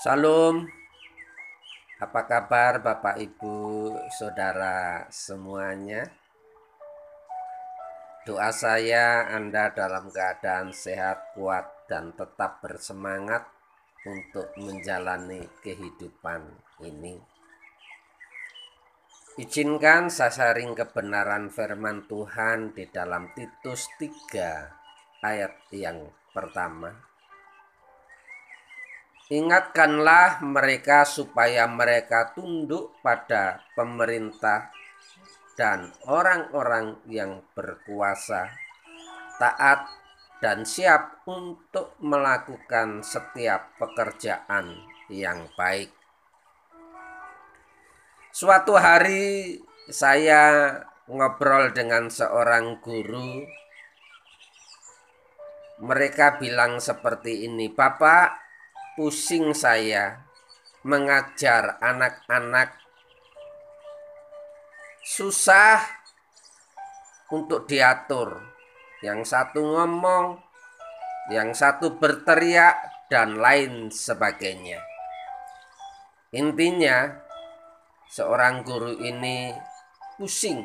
Salam, apa kabar Bapak Ibu Saudara semuanya? Doa saya Anda dalam keadaan sehat, kuat, dan tetap bersemangat untuk menjalani kehidupan ini. Izinkan saya sharing kebenaran firman Tuhan di dalam Titus 3 ayat yang pertama. Ingatkanlah mereka supaya mereka tunduk pada pemerintah dan orang-orang yang berkuasa, taat dan siap untuk melakukan setiap pekerjaan yang baik. Suatu hari saya ngobrol dengan seorang guru. Mereka bilang seperti ini, "Bapak, pusing saya mengajar anak-anak, susah untuk diatur. Yang satu ngomong, yang satu berteriak, dan lain sebagainya." Intinya, seorang guru ini pusing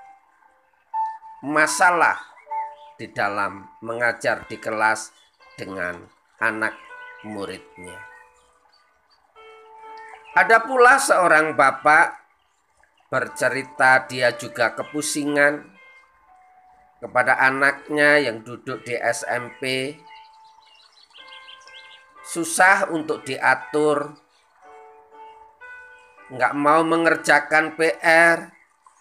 masalah di dalam mengajar di kelas dengan anak muridnya. Ada pula seorang bapak bercerita dia juga kepusingan kepada anaknya yang duduk di SMP. Susah untuk diatur, nggak mau mengerjakan PR,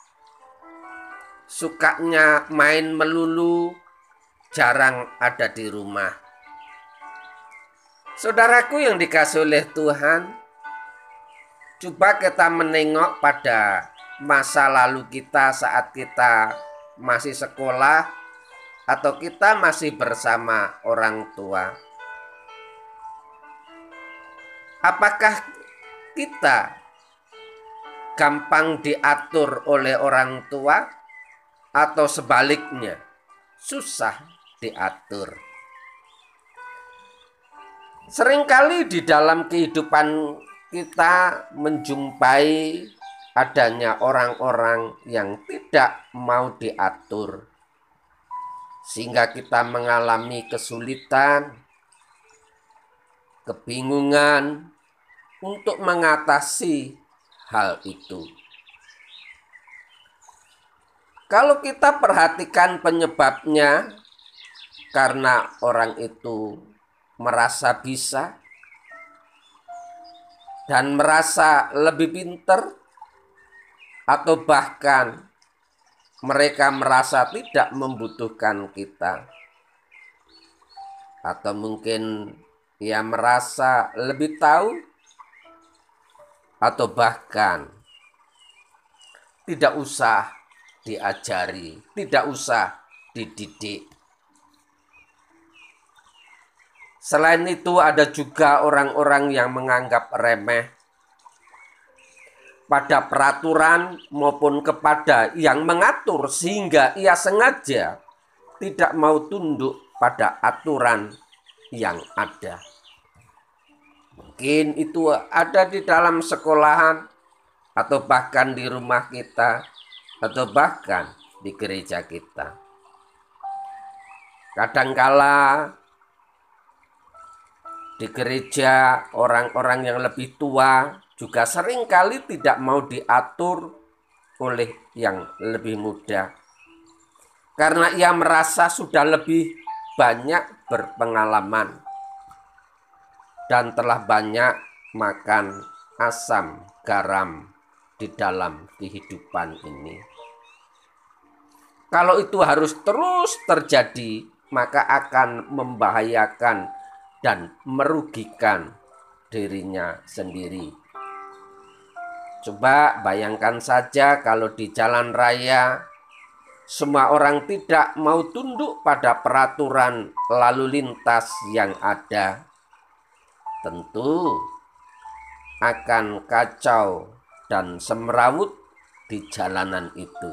sukanya main melulu, jarang ada di rumah. Saudaraku yang dikasihi oleh Tuhan, coba kita menengok pada masa lalu kita saat kita masih sekolah atau kita masih bersama orang tua. Apakah kita gampang diatur oleh orang tua atau sebaliknya susah diatur? Seringkali di dalam kehidupan kita menjumpai adanya orang-orang yang tidak mau diatur, sehingga kita mengalami kesulitan, kebingungan untuk mengatasi hal itu. Kalau kita perhatikan penyebabnya, karena orang itu merasa bisa dan merasa lebih pintar, atau bahkan mereka merasa tidak membutuhkan kita, atau mungkin ia merasa lebih tahu, atau bahkan tidak usah diajari, tidak usah dididik. Selain itu ada juga orang-orang yang menganggap remeh pada peraturan maupun kepada yang mengatur, sehingga ia sengaja tidak mau tunduk pada aturan yang ada. Mungkin itu ada di dalam sekolahan, atau bahkan di rumah kita, atau bahkan di gereja kita. Kadangkala di gereja orang-orang yang lebih tua juga seringkali tidak mau diatur oleh yang lebih muda, karena ia merasa sudah lebih banyak berpengalaman dan telah banyak makan asam garam di dalam kehidupan ini. Kalau itu harus terus terjadi, maka akan membahayakan dan merugikan dirinya sendiri. Coba bayangkan saja kalau di jalan raya semua orang tidak mau tunduk pada peraturan lalu lintas yang ada, tentu akan kacau dan semrawut di jalanan itu.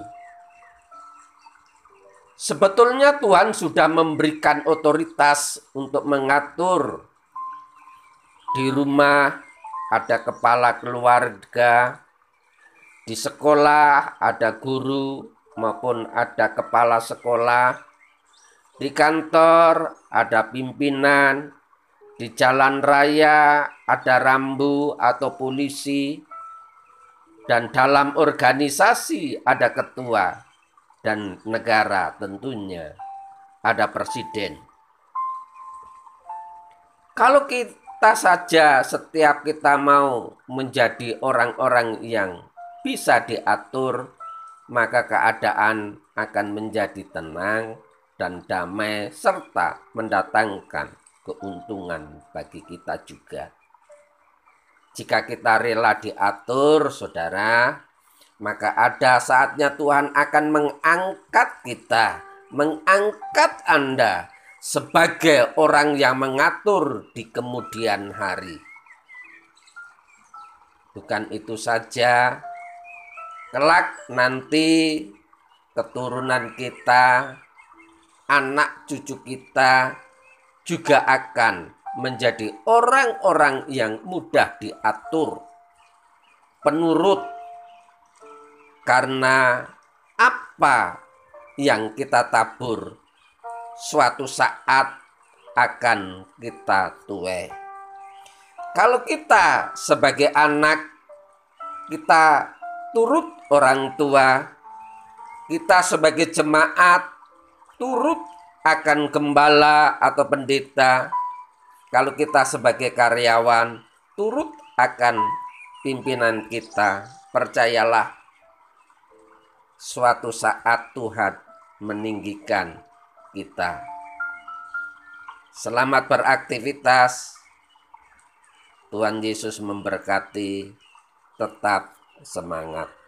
Sebetulnya Tuhan sudah memberikan otoritas untuk mengatur di rumah, ada kepala keluarga, di sekolah ada guru maupun ada kepala sekolah, di kantor ada pimpinan, di jalan raya ada rambu atau polisi, dan dalam organisasi ada ketua, dan negara tentunya ada presiden. Kalau kita saja setiap kita mau menjadi orang-orang yang bisa diatur, maka keadaan akan menjadi tenang dan damai serta mendatangkan keuntungan bagi kita juga. Jika kita rela diatur, saudara, maka ada saatnya Tuhan akan mengangkat kita, mengangkat Anda sebagai orang yang mengatur di kemudian hari. Bukan itu saja, kelak nanti keturunan kita, anak cucu kita juga akan menjadi orang-orang yang mudah diatur, penurut, karena apa yang kita tabur suatu saat akan kita tuai. Kalau kita sebagai anak, kita turut orang tua, kita sebagai jemaat turut akan gembala atau pendeta. Kalau kita sebagai karyawan turut akan pimpinan kita, percayalah suatu saat Tuhan meninggikan kita. Selamat beraktivitas. Tuhan Yesus memberkati. Tetap semangat.